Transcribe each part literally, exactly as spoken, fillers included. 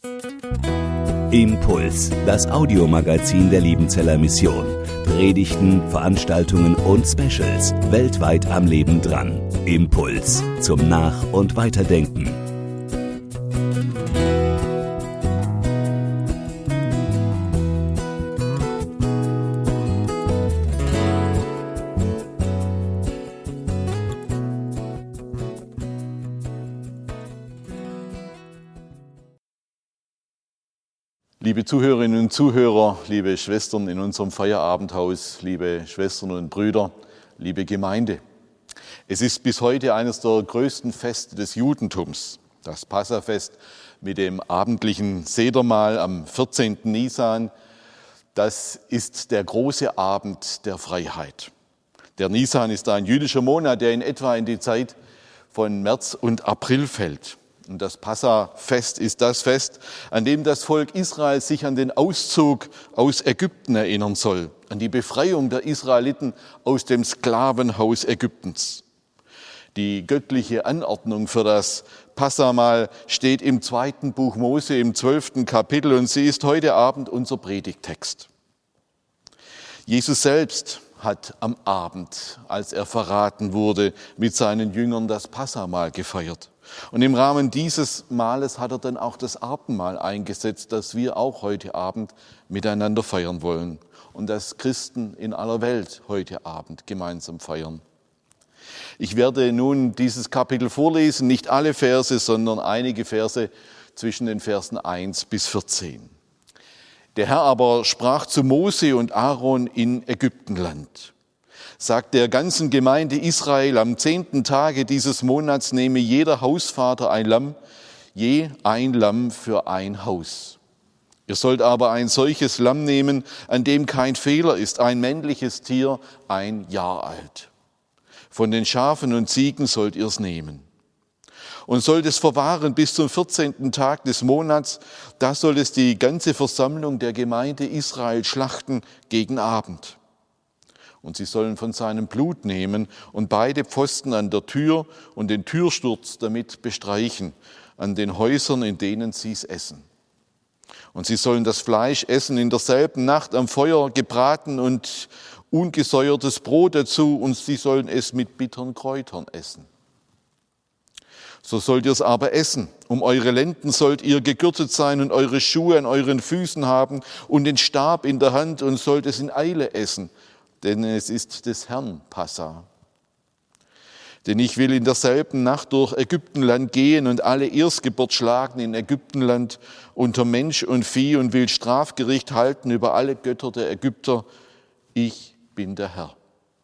Impuls, das Audiomagazin der Liebenzeller Mission. Predigten, Veranstaltungen und Specials weltweit am Leben dran. Impuls zum Nach- und Weiterdenken. Liebe Zuhörerinnen und Zuhörer, liebe Schwestern in unserem Feierabendhaus, liebe Schwestern und Brüder, liebe Gemeinde. Es ist bis heute eines der größten Feste des Judentums, das Passafest mit dem abendlichen Sedermahl am vierzehnten Nisan. Das ist der große Abend der Freiheit. Der Nisan ist ein jüdischer Monat, der in etwa in die Zeit von März und April fällt. Und das Passafest ist das Fest, an dem das Volk Israel sich an den Auszug aus Ägypten erinnern soll, an die Befreiung der Israeliten aus dem Sklavenhaus Ägyptens. Die göttliche Anordnung für das Passamahl steht im zweiten Buch Mose im zwölften Kapitel und sie ist heute Abend unser Predigttext. Jesus selbst hat am Abend, als er verraten wurde, mit seinen Jüngern das Passamahl gefeiert. Und im Rahmen dieses Mahles hat er dann auch das Abendmahl eingesetzt, das wir auch heute Abend miteinander feiern wollen und das Christen in aller Welt heute Abend gemeinsam feiern. Ich werde nun dieses Kapitel vorlesen, nicht alle Verse, sondern einige Verse zwischen den Versen eins bis vierzehn. Der Herr aber sprach zu Mose und Aaron in Ägyptenland: Sagt der ganzen Gemeinde Israel, am zehnten Tage dieses Monats nehme jeder Hausvater ein Lamm, je ein Lamm für ein Haus. Ihr sollt aber ein solches Lamm nehmen, an dem kein Fehler ist, ein männliches Tier, ein Jahr alt. Von den Schafen und Ziegen sollt ihr es nehmen. Und sollt es verwahren bis zum vierzehnten Tag des Monats, da soll es die ganze Versammlung der Gemeinde Israel schlachten gegen Abend. Und sie sollen von seinem Blut nehmen und beide Pfosten an der Tür und den Türsturz damit bestreichen, an den Häusern, in denen sie es essen. Und sie sollen das Fleisch essen in derselben Nacht am Feuer, gebraten und ungesäuertes Brot dazu, und sie sollen es mit bitteren Kräutern essen. So sollt ihr es aber essen. Um eure Lenden sollt ihr gegürtet sein und eure Schuhe an euren Füßen haben und den Stab in der Hand und sollt es in Eile essen, denn es ist des Herrn Passa. Denn ich will in derselben Nacht durch Ägyptenland gehen und alle Erstgeburt schlagen in Ägyptenland unter Mensch und Vieh und will Strafgericht halten über alle Götter der Ägypter. Ich bin der Herr.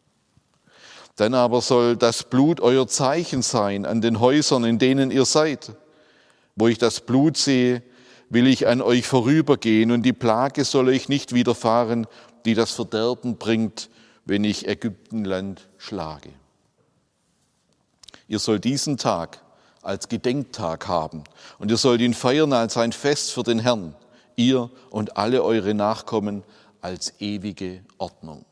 Dann aber soll das Blut euer Zeichen sein an den Häusern, in denen ihr seid. Wo ich das Blut sehe, will ich an euch vorübergehen und die Plage soll euch nicht widerfahren, die das Verderben bringt, wenn ich Ägyptenland schlage. Ihr sollt diesen Tag als Gedenktag haben und ihr sollt ihn feiern als ein Fest für den Herrn, ihr und alle eure Nachkommen als ewige Ordnung.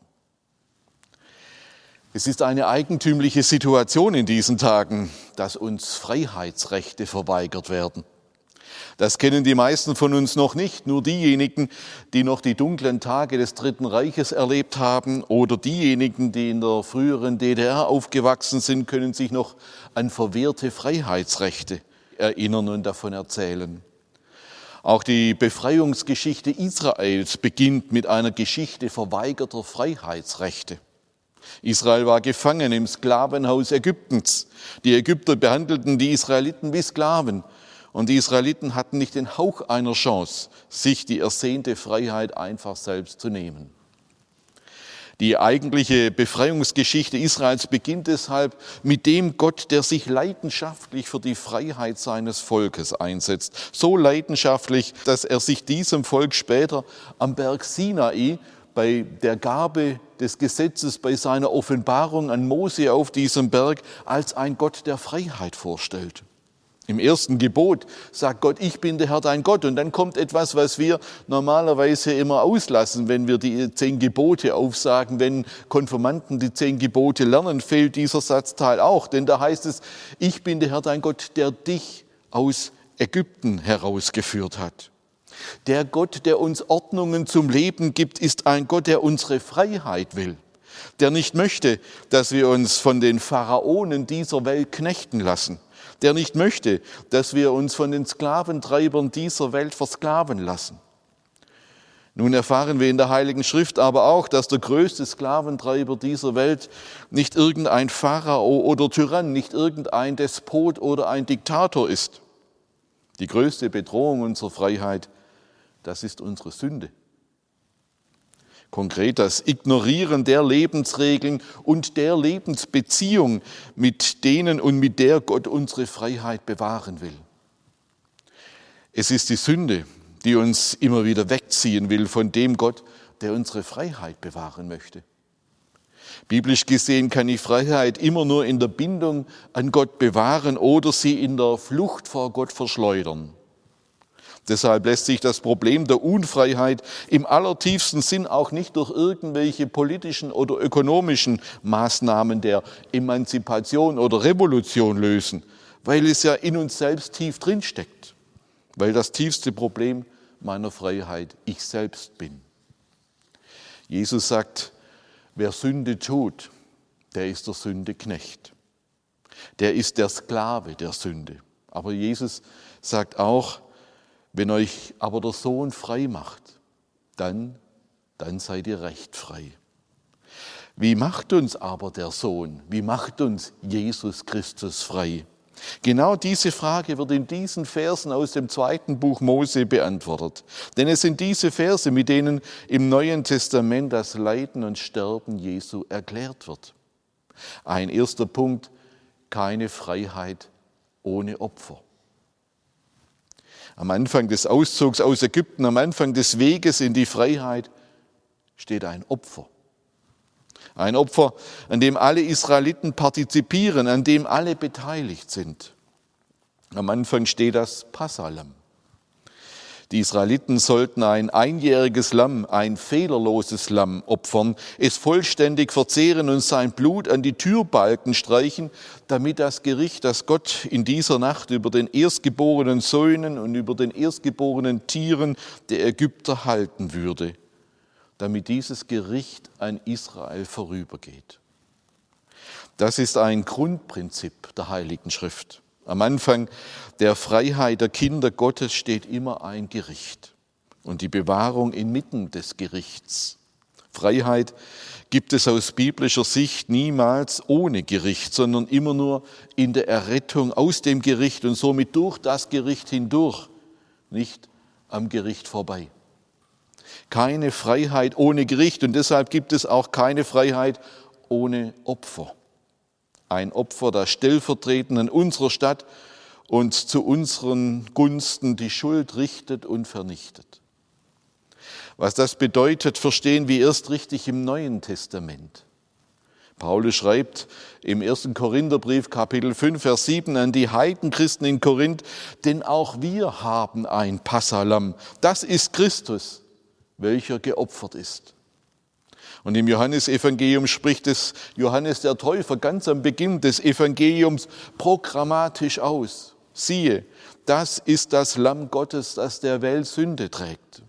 Es ist eine eigentümliche Situation in diesen Tagen, dass uns Freiheitsrechte verweigert werden. Das kennen die meisten von uns noch nicht, nur diejenigen, die noch die dunklen Tage des Dritten Reiches erlebt haben oder diejenigen, die in der früheren D D R aufgewachsen sind, können sich noch an verwehrte Freiheitsrechte erinnern und davon erzählen. Auch die Befreiungsgeschichte Israels beginnt mit einer Geschichte verweigerter Freiheitsrechte. Israel war gefangen im Sklavenhaus Ägyptens. Die Ägypter behandelten die Israeliten wie Sklaven. Und die Israeliten hatten nicht den Hauch einer Chance, sich die ersehnte Freiheit einfach selbst zu nehmen. Die eigentliche Befreiungsgeschichte Israels beginnt deshalb mit dem Gott, der sich leidenschaftlich für die Freiheit seines Volkes einsetzt. So leidenschaftlich, dass er sich diesem Volk später am Berg Sinai bei der Gabe des Gesetzes, bei seiner Offenbarung an Mose auf diesem Berg als ein Gott der Freiheit vorstellt. Im ersten Gebot sagt Gott, ich bin der Herr dein Gott. Und dann kommt etwas, was wir normalerweise immer auslassen, wenn wir die zehn Gebote aufsagen. Wenn Konfirmanden die zehn Gebote lernen, fehlt dieser Satzteil auch. Denn da heißt es, ich bin der Herr dein Gott, der dich aus Ägypten herausgeführt hat. Der Gott, der uns Ordnungen zum Leben gibt, ist ein Gott, der unsere Freiheit will, der nicht möchte, dass wir uns von den Pharaonen dieser Welt knechten lassen, der nicht möchte, dass wir uns von den Sklaventreibern dieser Welt versklaven lassen. Nun erfahren wir in der Heiligen Schrift aber auch, dass der größte Sklaventreiber dieser Welt nicht irgendein Pharao oder Tyrann, nicht irgendein Despot oder ein Diktator ist. Die größte Bedrohung unserer Freiheit, das ist unsere Sünde. Konkret das Ignorieren der Lebensregeln und der Lebensbeziehung, mit denen und mit der Gott unsere Freiheit bewahren will. Es ist die Sünde, die uns immer wieder wegziehen will von dem Gott, der unsere Freiheit bewahren möchte. Biblisch gesehen kann ich Freiheit immer nur in der Bindung an Gott bewahren oder sie in der Flucht vor Gott verschleudern. Deshalb lässt sich das Problem der Unfreiheit im allertiefsten Sinn auch nicht durch irgendwelche politischen oder ökonomischen Maßnahmen der Emanzipation oder Revolution lösen, weil es ja in uns selbst tief drinsteckt. Weil das tiefste Problem meiner Freiheit ich selbst bin. Jesus sagt, wer Sünde tut, der ist der Sünde Knecht. Der ist der Sklave der Sünde. Aber Jesus sagt auch, wenn euch aber der Sohn frei macht, dann, dann seid ihr recht frei. Wie macht uns aber der Sohn? Wie macht uns Jesus Christus frei? Genau diese Frage wird in diesen Versen aus dem zweiten Buch Mose beantwortet. Denn es sind diese Verse, mit denen im Neuen Testament das Leiden und Sterben Jesu erklärt wird. Ein erster Punkt, keine Freiheit ohne Opfer. Am Anfang des Auszugs aus Ägypten, am Anfang des Weges in die Freiheit steht ein Opfer. Ein Opfer, an dem alle Israeliten partizipieren, an dem alle beteiligt sind. Am Anfang steht das Passalamm. Die Israeliten sollten ein einjähriges Lamm, ein fehlerloses Lamm opfern, es vollständig verzehren und sein Blut an die Türbalken streichen, damit das Gericht, das Gott in dieser Nacht über den erstgeborenen Söhnen und über den erstgeborenen Tieren der Ägypter halten würde, damit dieses Gericht an Israel vorübergeht. Das ist ein Grundprinzip der Heiligen Schrift. Am Anfang der Freiheit der Kinder Gottes steht immer ein Gericht und die Bewahrung inmitten des Gerichts. Freiheit gibt es aus biblischer Sicht niemals ohne Gericht, sondern immer nur in der Errettung aus dem Gericht und somit durch das Gericht hindurch, nicht am Gericht vorbei. Keine Freiheit ohne Gericht und deshalb gibt es auch keine Freiheit ohne Opfer. Ein Opfer, das stellvertretend an unserer Stadt und zu unseren Gunsten die Schuld richtet und vernichtet. Was das bedeutet, verstehen wir erst richtig im Neuen Testament. Paulus schreibt im ersten Korintherbrief, Kapitel fünf, Vers sieben an die Heidenchristen in Korinth, denn auch wir haben ein Passalamm, das ist Christus, welcher geopfert ist. Und im Johannesevangelium spricht es Johannes der Täufer ganz am Beginn des Evangeliums programmatisch aus. Siehe, das ist das Lamm Gottes, das der Welt Sünde trägt.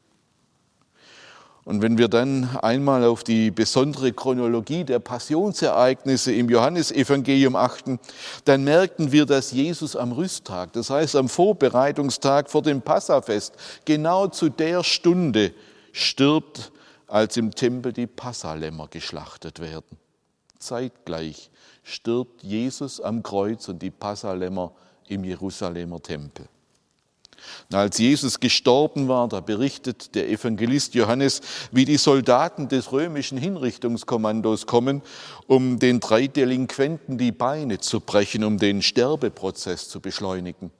Und wenn wir dann einmal auf die besondere Chronologie der Passionsereignisse im Johannesevangelium achten, dann merken wir, dass Jesus am Rüsttag, das heißt am Vorbereitungstag vor dem Passafest, genau zu der Stunde stirbt, als im Tempel die Passalämmer geschlachtet werden. Zeitgleich stirbt Jesus am Kreuz und die Passalämmer im Jerusalemer Tempel. Und als Jesus gestorben war, da berichtet der Evangelist Johannes, wie die Soldaten des römischen Hinrichtungskommandos kommen, um den drei Delinquenten die Beine zu brechen, um den Sterbeprozess zu beschleunigen.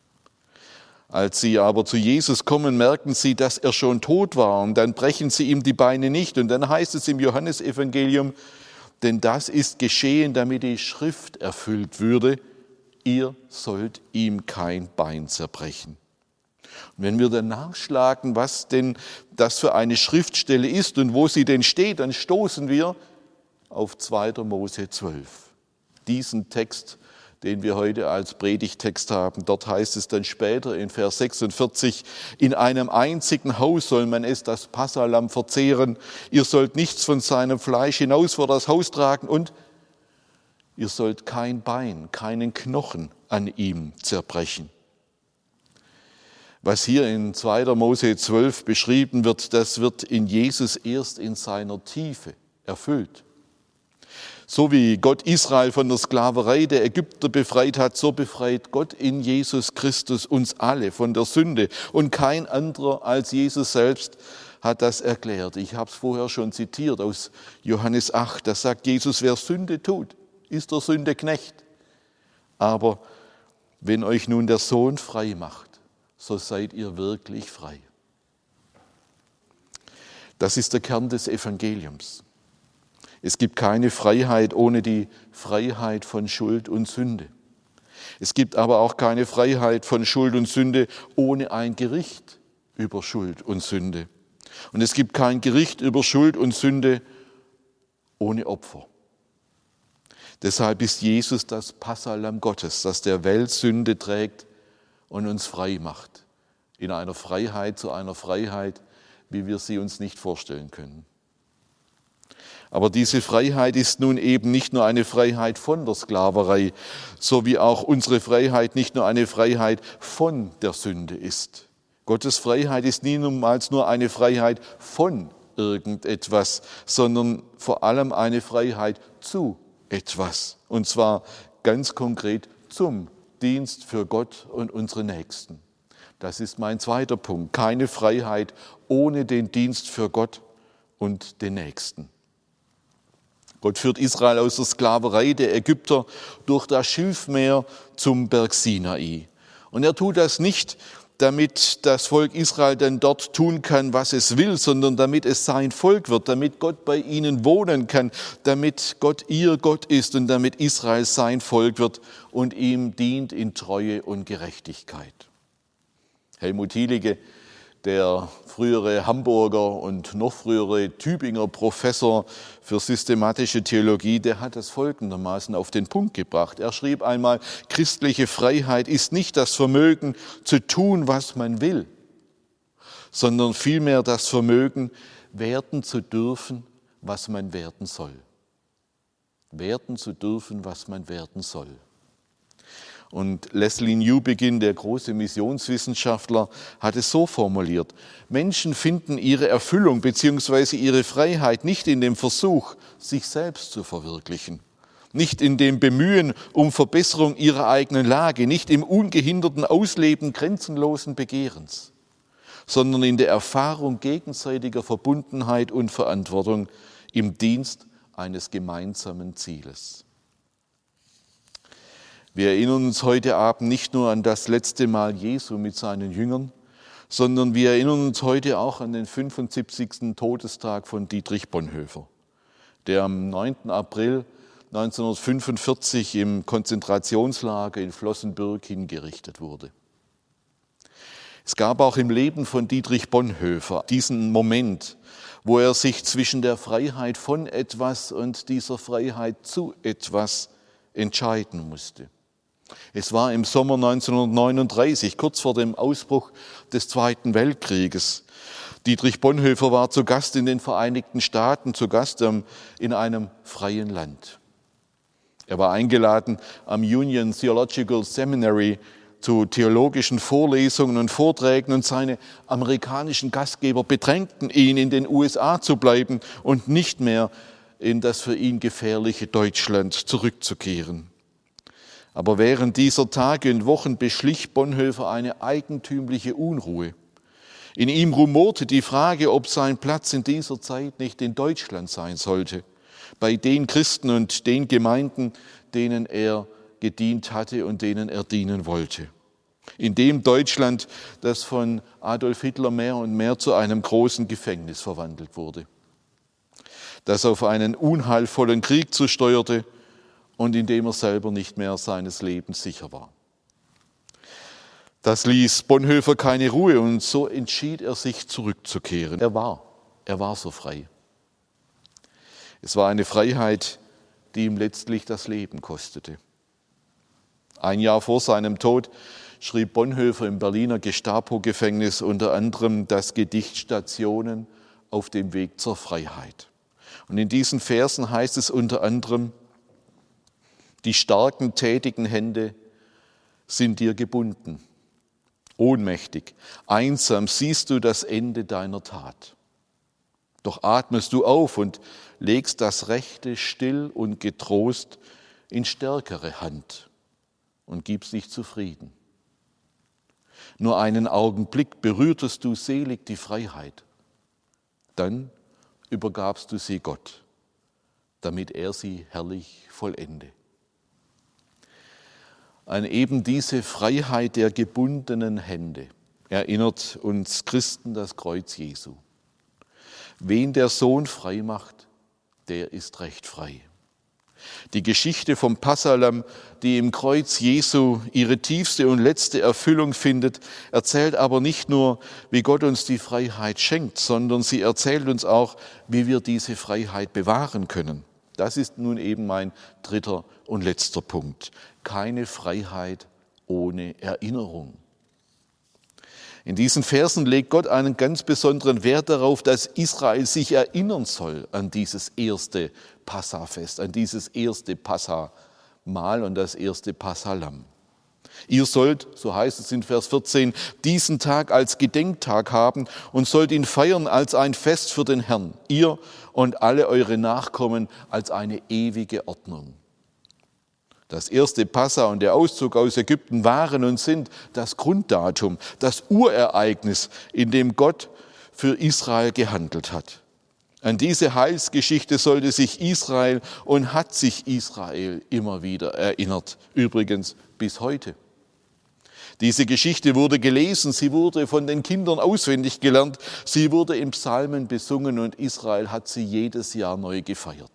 Als sie aber zu Jesus kommen, merken sie, dass er schon tot war und dann brechen sie ihm die Beine nicht. Und dann heißt es im Johannesevangelium, denn das ist geschehen, damit die Schrift erfüllt würde, ihr sollt ihm kein Bein zerbrechen. Und wenn wir dann nachschlagen, was denn das für eine Schriftstelle ist und wo sie denn steht, dann stoßen wir auf zweiter Mose zwölf. Diesen Text, den wir heute als Predigttext haben. Dort heißt es dann später in Vers sechsundvierzig, in einem einzigen Haus soll man es, das Passalamm, verzehren. Ihr sollt nichts von seinem Fleisch hinaus vor das Haus tragen und ihr sollt kein Bein, keinen Knochen an ihm zerbrechen. Was hier in zweiter Mose zwölf beschrieben wird, das wird in Jesus erst in seiner Tiefe erfüllt. So wie Gott Israel von der Sklaverei der Ägypter befreit hat, so befreit Gott in Jesus Christus uns alle von der Sünde. Und kein anderer als Jesus selbst hat das erklärt. Ich habe es vorher schon zitiert aus Johannes acht. Da sagt Jesus, wer Sünde tut, ist der Sünde Knecht. Aber wenn euch nun der Sohn frei macht, so seid ihr wirklich frei. Das ist der Kern des Evangeliums. Es gibt keine Freiheit ohne die Freiheit von Schuld und Sünde. Es gibt aber auch keine Freiheit von Schuld und Sünde ohne ein Gericht über Schuld und Sünde. Und es gibt kein Gericht über Schuld und Sünde ohne Opfer. Deshalb ist Jesus das Passalamm Gottes, das der Welt Sünde trägt und uns frei macht. In einer Freiheit zu einer Freiheit, wie wir sie uns nicht vorstellen können. Aber diese Freiheit ist nun eben nicht nur eine Freiheit von der Sklaverei, so wie auch unsere Freiheit nicht nur eine Freiheit von der Sünde ist. Gottes Freiheit ist niemals nur eine Freiheit von irgendetwas, sondern vor allem eine Freiheit zu etwas. Und zwar ganz konkret zum Dienst für Gott und unsere Nächsten. Das ist mein zweiter Punkt. Keine Freiheit ohne den Dienst für Gott und den Nächsten. Gott führt Israel aus der Sklaverei der Ägypter durch das Schilfmeer zum Berg Sinai. Und er tut das nicht, damit das Volk Israel dann dort tun kann, was es will, sondern damit es sein Volk wird, damit Gott bei ihnen wohnen kann, damit Gott ihr Gott ist und damit Israel sein Volk wird und ihm dient in Treue und Gerechtigkeit. Helmut Thielicke, der frühere Hamburger und noch frühere Tübinger Professor für systematische Theologie, der hat es folgendermaßen auf den Punkt gebracht. Er schrieb einmal, christliche Freiheit ist nicht das Vermögen zu tun, was man will, sondern vielmehr das Vermögen, werden zu dürfen, was man werden soll. Werden zu dürfen, was man werden soll. Und Leslie Newbegin, der große Missionswissenschaftler, hat es so formuliert: Menschen finden ihre Erfüllung bzw. ihre Freiheit nicht in dem Versuch, sich selbst zu verwirklichen, nicht in dem Bemühen um Verbesserung ihrer eigenen Lage, nicht im ungehinderten Ausleben grenzenlosen Begehrens, sondern in der Erfahrung gegenseitiger Verbundenheit und Verantwortung im Dienst eines gemeinsamen Zieles. Wir erinnern uns heute Abend nicht nur an das letzte Mal Jesu mit seinen Jüngern, sondern wir erinnern uns heute auch an den fünfundsiebzigsten Todestag von Dietrich Bonhoeffer, der am neunten April neunzehnhundertfünfundvierzig im Konzentrationslager in Flossenbürg hingerichtet wurde. Es gab auch im Leben von Dietrich Bonhoeffer diesen Moment, wo er sich zwischen der Freiheit von etwas und dieser Freiheit zu etwas entscheiden musste. Es war im Sommer neunzehnhundertneununddreißig, kurz vor dem Ausbruch des Zweiten Weltkrieges. Dietrich Bonhoeffer war zu Gast in den Vereinigten Staaten, zu Gast in einem freien Land. Er war eingeladen am Union Theological Seminary zu theologischen Vorlesungen und Vorträgen und seine amerikanischen Gastgeber bedrängten ihn, in den U S A zu bleiben und nicht mehr in das für ihn gefährliche Deutschland zurückzukehren. Aber während dieser Tage und Wochen beschlich Bonhoeffer eine eigentümliche Unruhe. In ihm rumorte die Frage, ob sein Platz in dieser Zeit nicht in Deutschland sein sollte, bei den Christen und den Gemeinden, denen er gedient hatte und denen er dienen wollte. In dem Deutschland, das von Adolf Hitler mehr und mehr zu einem großen Gefängnis verwandelt wurde, das auf einen unheilvollen Krieg zusteuerte und in dem er selber nicht mehr seines Lebens sicher war. Das ließ Bonhoeffer keine Ruhe und so entschied er sich zurückzukehren. Er war, er war so frei. Es war eine Freiheit, die ihm letztlich das Leben kostete. Ein Jahr vor seinem Tod schrieb Bonhoeffer im Berliner Gestapo-Gefängnis unter anderem das Gedicht Stationen auf dem Weg zur Freiheit. Und in diesen Versen heißt es unter anderem: Die starken, tätigen Hände sind dir gebunden. Ohnmächtig, einsam siehst du das Ende deiner Tat. Doch atmest du auf und legst das Rechte still und getrost in stärkere Hand und gibst dich zufrieden. Nur einen Augenblick berührtest du selig die Freiheit. Dann übergabst du sie Gott, damit er sie herrlich vollende. An eben diese Freiheit der gebundenen Hände erinnert uns Christen das Kreuz Jesu. Wen der Sohn frei macht, der ist recht frei. Die Geschichte vom Passahlamm, die im Kreuz Jesu ihre tiefste und letzte Erfüllung findet, erzählt aber nicht nur, wie Gott uns die Freiheit schenkt, sondern sie erzählt uns auch, wie wir diese Freiheit bewahren können. Das ist nun eben mein dritter und letzter Punkt. Keine Freiheit ohne Erinnerung. In diesen Versen legt Gott einen ganz besonderen Wert darauf, dass Israel sich erinnern soll an dieses erste Passafest, an dieses erste Passamahl und das erste Passahlamm. Ihr sollt, so heißt es in Vers vierzehn, diesen Tag als Gedenktag haben und sollt ihn feiern als ein Fest für den Herrn, ihr und alle eure Nachkommen als eine ewige Ordnung. Das erste Passa und der Auszug aus Ägypten waren und sind das Grunddatum, das Urereignis, in dem Gott für Israel gehandelt hat. An diese Heilsgeschichte sollte sich Israel und hat sich Israel immer wieder erinnert, übrigens bis heute. Diese Geschichte wurde gelesen, sie wurde von den Kindern auswendig gelernt, sie wurde im Psalmen besungen und Israel hat sie jedes Jahr neu gefeiert.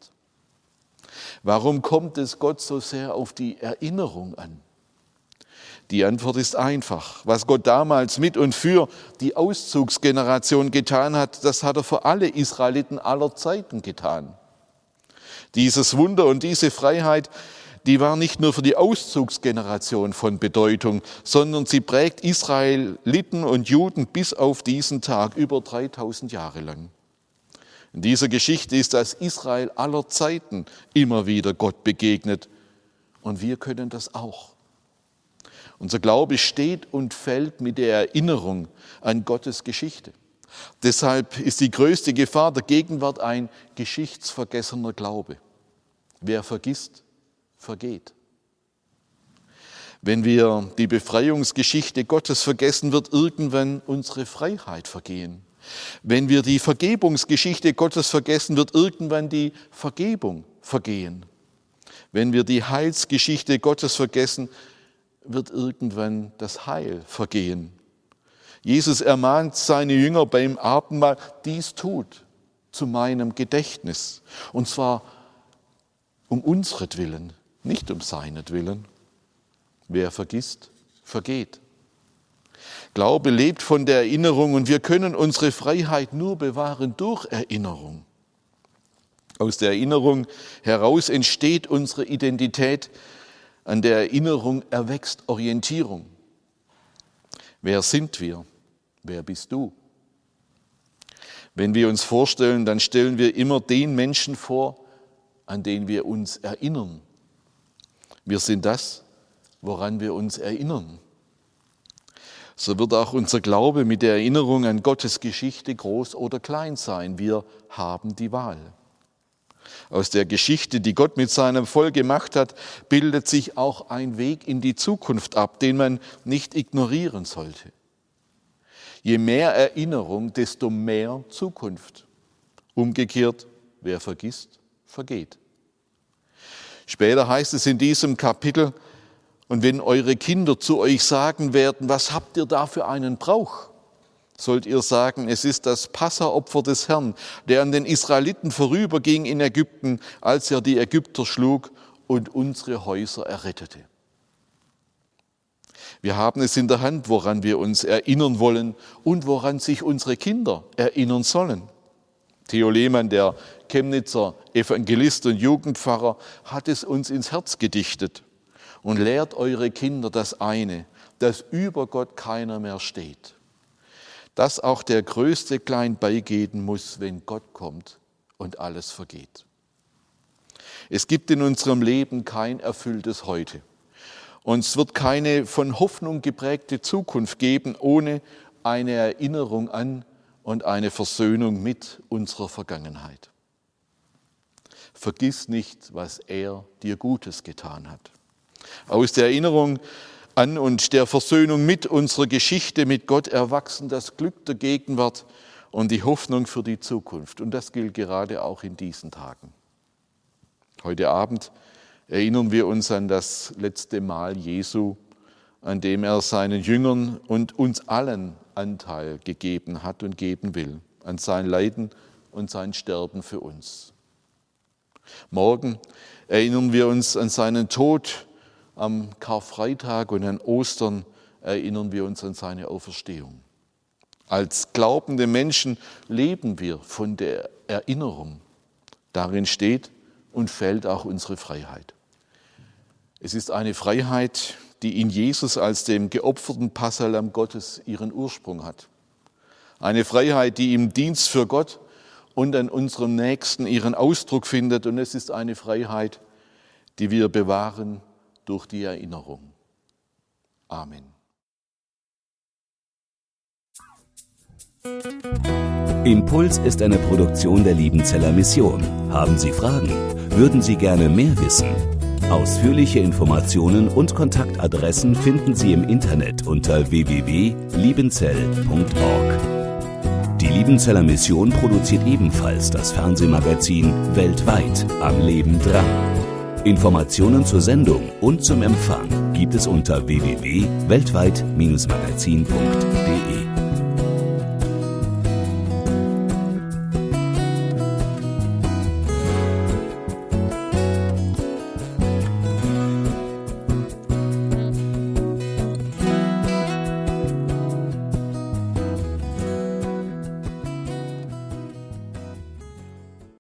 Warum kommt es Gott so sehr auf die Erinnerung an? Die Antwort ist einfach. Was Gott damals mit und für die Auszugsgeneration getan hat, das hat er für alle Israeliten aller Zeiten getan. Dieses Wunder und diese Freiheit, die war nicht nur für die Auszugsgeneration von Bedeutung, sondern sie prägt Israeliten und Juden bis auf diesen Tag über dreitausend Jahre lang. In dieser Geschichte ist das Israel aller Zeiten immer wieder Gott begegnet und wir können das auch. Unser Glaube steht und fällt mit der Erinnerung an Gottes Geschichte. Deshalb ist die größte Gefahr der Gegenwart ein geschichtsvergessener Glaube. Wer vergisst, vergeht. Wenn wir die Befreiungsgeschichte Gottes vergessen, wird irgendwann unsere Freiheit vergehen. Wenn wir die Vergebungsgeschichte Gottes vergessen, wird irgendwann die Vergebung vergehen. Wenn wir die Heilsgeschichte Gottes vergessen, wird irgendwann das Heil vergehen. Jesus ermahnt seine Jünger beim Abendmahl, dies tut zu meinem Gedächtnis. Und zwar um unsretwillen, nicht um seinetwillen. Wer vergisst, vergeht. Glaube lebt von der Erinnerung und wir können unsere Freiheit nur bewahren durch Erinnerung. Aus der Erinnerung heraus entsteht unsere Identität, an der Erinnerung erwächst Orientierung. Wer sind wir? Wer bist du? Wenn wir uns vorstellen, dann stellen wir immer den Menschen vor, an den wir uns erinnern. Wir sind das, woran wir uns erinnern. So wird auch unser Glaube mit der Erinnerung an Gottes Geschichte groß oder klein sein. Wir haben die Wahl. Aus der Geschichte, die Gott mit seinem Volk gemacht hat, bildet sich auch ein Weg in die Zukunft ab, den man nicht ignorieren sollte. Je mehr Erinnerung, desto mehr Zukunft. Umgekehrt, wer vergisst, vergeht. Später heißt es in diesem Kapitel, und wenn eure Kinder zu euch sagen werden, was habt ihr da für einen Brauch? Sollt ihr sagen, es ist das Passaopfer des Herrn, der an den Israeliten vorüberging in Ägypten, als er die Ägypter schlug und unsere Häuser errettete. Wir haben es in der Hand, woran wir uns erinnern wollen und woran sich unsere Kinder erinnern sollen. Theo Lehmann, der Chemnitzer Evangelist und Jugendpfarrer, hat es uns ins Herz gedichtet. und lehrt eure Kinder das eine, dass über Gott keiner mehr steht, dass auch der Größte klein beigeben muss, wenn Gott kommt und alles vergeht. Es gibt in unserem Leben kein erfülltes Heute. Und es wird keine von Hoffnung geprägte Zukunft geben, ohne eine Erinnerung an und eine Versöhnung mit unserer Vergangenheit. Vergiss nicht, was er dir Gutes getan hat. Aus der Erinnerung an und der Versöhnung mit unserer Geschichte mit Gott erwachsen das Glück der Gegenwart und die Hoffnung für die Zukunft. Und das gilt gerade auch in diesen Tagen. Heute Abend erinnern wir uns an das letzte Mahl Jesu, an dem er seinen Jüngern und uns allen Anteil gegeben hat und geben will, an sein Leiden und sein Sterben für uns. Morgen erinnern wir uns an seinen Tod, am Karfreitag und an Ostern erinnern wir uns an seine Auferstehung. Als glaubende Menschen leben wir von der Erinnerung. Darin steht und fällt auch unsere Freiheit. Es ist eine Freiheit, die in Jesus als dem geopferten Passahlamm Gottes ihren Ursprung hat. Eine Freiheit, die im Dienst für Gott und an unserem Nächsten ihren Ausdruck findet. Und es ist eine Freiheit, die wir bewahren durch die Erinnerung. Amen. Impuls ist eine Produktion der Liebenzeller Mission. Haben Sie Fragen? Würden Sie gerne mehr wissen? Ausführliche Informationen und Kontaktadressen finden Sie im Internet unter w w w punkt liebenzell punkt org. Die Liebenzeller Mission produziert ebenfalls das Fernsehmagazin Weltweit am Leben dran. Informationen zur Sendung und zum Empfang gibt es unter w w w punkt weltweit Bindestrich magazin punkt org.